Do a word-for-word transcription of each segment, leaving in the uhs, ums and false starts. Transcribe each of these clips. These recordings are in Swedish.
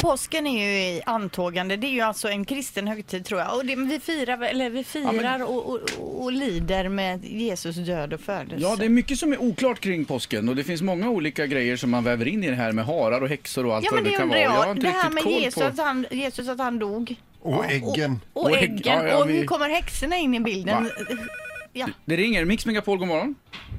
påsken är ju i antågande. Det är ju alltså en kristen högtid, tror jag. Och det, vi firar, eller vi firar ja, men... och, och, och lider med Jesus död och födelse. Ja, det är mycket som är oklart kring påsken. Och det finns många olika grejer som man väver in i det här med harar och häxor och allt ja, vad det, det kan vara. Jag, jag har inte det här med Jesus, på... att han, Jesus att han dog. Och äggen. Och, och, och äggen. Ja, ja, vi... Och nu kommer häxorna in i bilden. Ja. Det ringer. Mix Megapol, god morgon.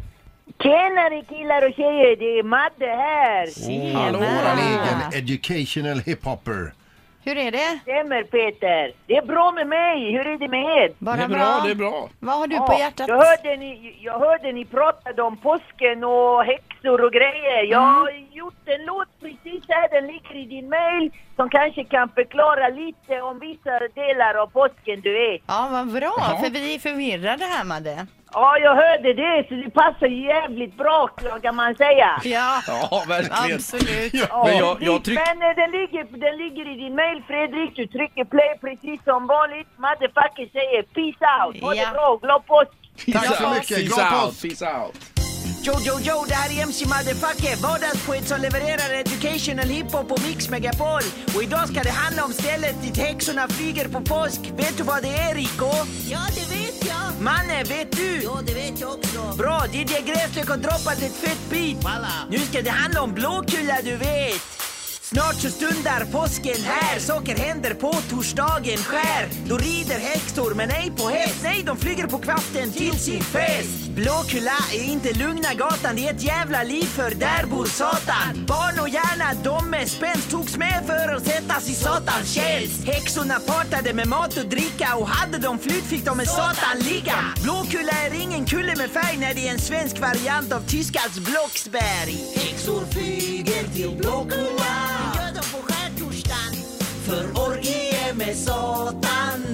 Tjenare killar och tjejer, det är Madde här. Tjena. Hallå, våran egen educational hiphopper. Hur är det? Stämmer Peter. Det är bra med mig. Hur är det med er? Bara det är bra, bra, det är bra. Vad har du ja, på hjärtat? Jag hörde, ni, jag hörde ni pratade om påsken och häxor och grejer. Jag har mm. gjort en låt precis här, den ligger i din mail, som kanske kan förklara lite om vissa delar av påsken, du vet. Ja, vad bra, Jaha. för vi är förvirrade här med det. Ja, jag hörde det, så det passar jävligt bra, kan man säga. Ja, ja verkligen. Absolut. Ja, men jag, jag tryck... men eh, den, ligger, den ligger i din mail, Fredrik. Du trycker play precis som vanligt. Motherfucker säger peace out. Ha Ja. det bra, glad påsk. Tack så mycket, Peace glad out, påsk. peace out. Jojo, jo, det här är M C Motherfucker, vardagspoet som levererar educational hiphop på Mix Megapol. Och idag ska det handla om stället dit häxorna flyger på påsk. Vet du vad det är, Rico? Ja, det vet jag. Manne, vet du? Ja, det vet jag också. Bra, D J Gräslök har droppat ett fett beat. Voilà. Nu ska det handla om Blåkulla, du vet. Snart så stundar påsken här. Saker händer på torsdagen skär. Då rider häxor men ej på häst. Nej, de flyger på kvasten till sin fest. Blåkulla är inte lugna gatan. Det är ett jävla liv för där bor Satan. Barn och hjärna, de med spänst togs med för att sättas i Satans tjänst. Häxorna partade med mat och dricka. Och hade de flytt fick de med Satan ligga. Blåkulla är ingen kulle med färg. När det är en svensk variant av tyskans Blocksberg. Häxor flyger till Blåkulla. Det gör de på skärtorsdagen. För orgie med Satan.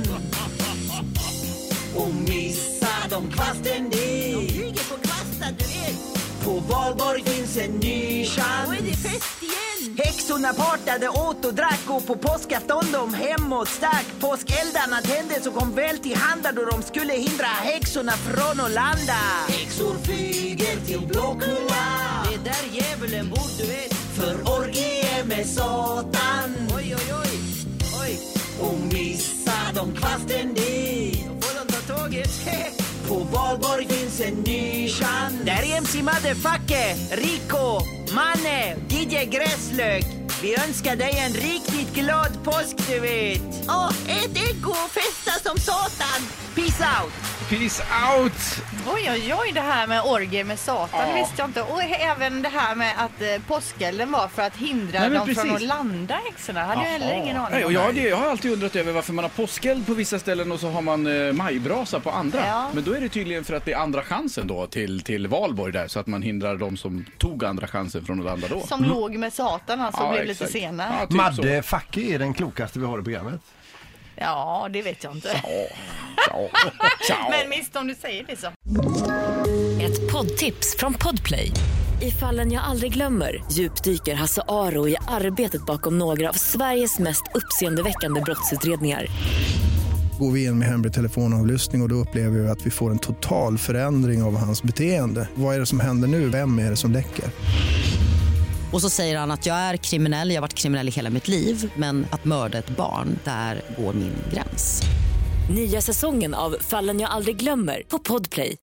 Och missar de kvasten dit. De flyger på kvastar, du vet. På Valborg finns en ny chans. Då är det fest igen. Häxorna partade, åt och drack. Och på påskafton de hemåt stack. Påskeldarna tändes och kom väl till handa. Då de skulle hindra häxorna från att landa. Häxor flyger till Blåkulla. Det är där djävulen bor, du vet. För orgie med Satan. Oj, oj, oj. Oj. Och missar de kvasten dit. Då får de ta tåget. På Valborg finns en ny chans. Där är M C Motherfucker, Rico, Manne, D J Gräslök. Vi önskar dig en riktigt glad påsk, du vet. Åh, ett ägg och festa som Satan. Peace out. Peace out. Oj, oj, oj, det här med orger med Satan Ja. visste jag inte. Och även det här med att eh, påskelden var för att hindra Nej, men dem precis. från att landa, häxorna. Hade jag heller ingen aning Nej, om. och jag, det, jag har alltid undrat över varför man har påskeld på vissa ställen och så har man eh, majbrasa på andra. Ja. Men då är det tydligen för att det är andra chansen då till, till Valborg där, så att man hindrar de som tog andra chansen från att landa då. Som låg med Satan, alltså Ja, blev exakt. lite sena. Ja, typ Madde Facke är den klokaste vi har i programmet. Ja, det vet jag inte. så. Ja. Ja. Men visst, om du säger det så. Ett poddtips från Podplay. I Fallen jag aldrig glömmer djupdyker Hasse Aro i arbetet bakom några av Sveriges mest uppseendeväckande brottsutredningar. Går vi in med hemlig telefonavlyssning och, och då upplever vi att vi får en total förändring av hans beteende. Vad är det som händer nu? Vem är det som läcker? Och så säger han att jag är kriminell, jag har varit kriminell i hela mitt liv. Men att mörda ett barn, där går min gräns. Nya säsongen av Fallen jag aldrig glömmer på Podplay.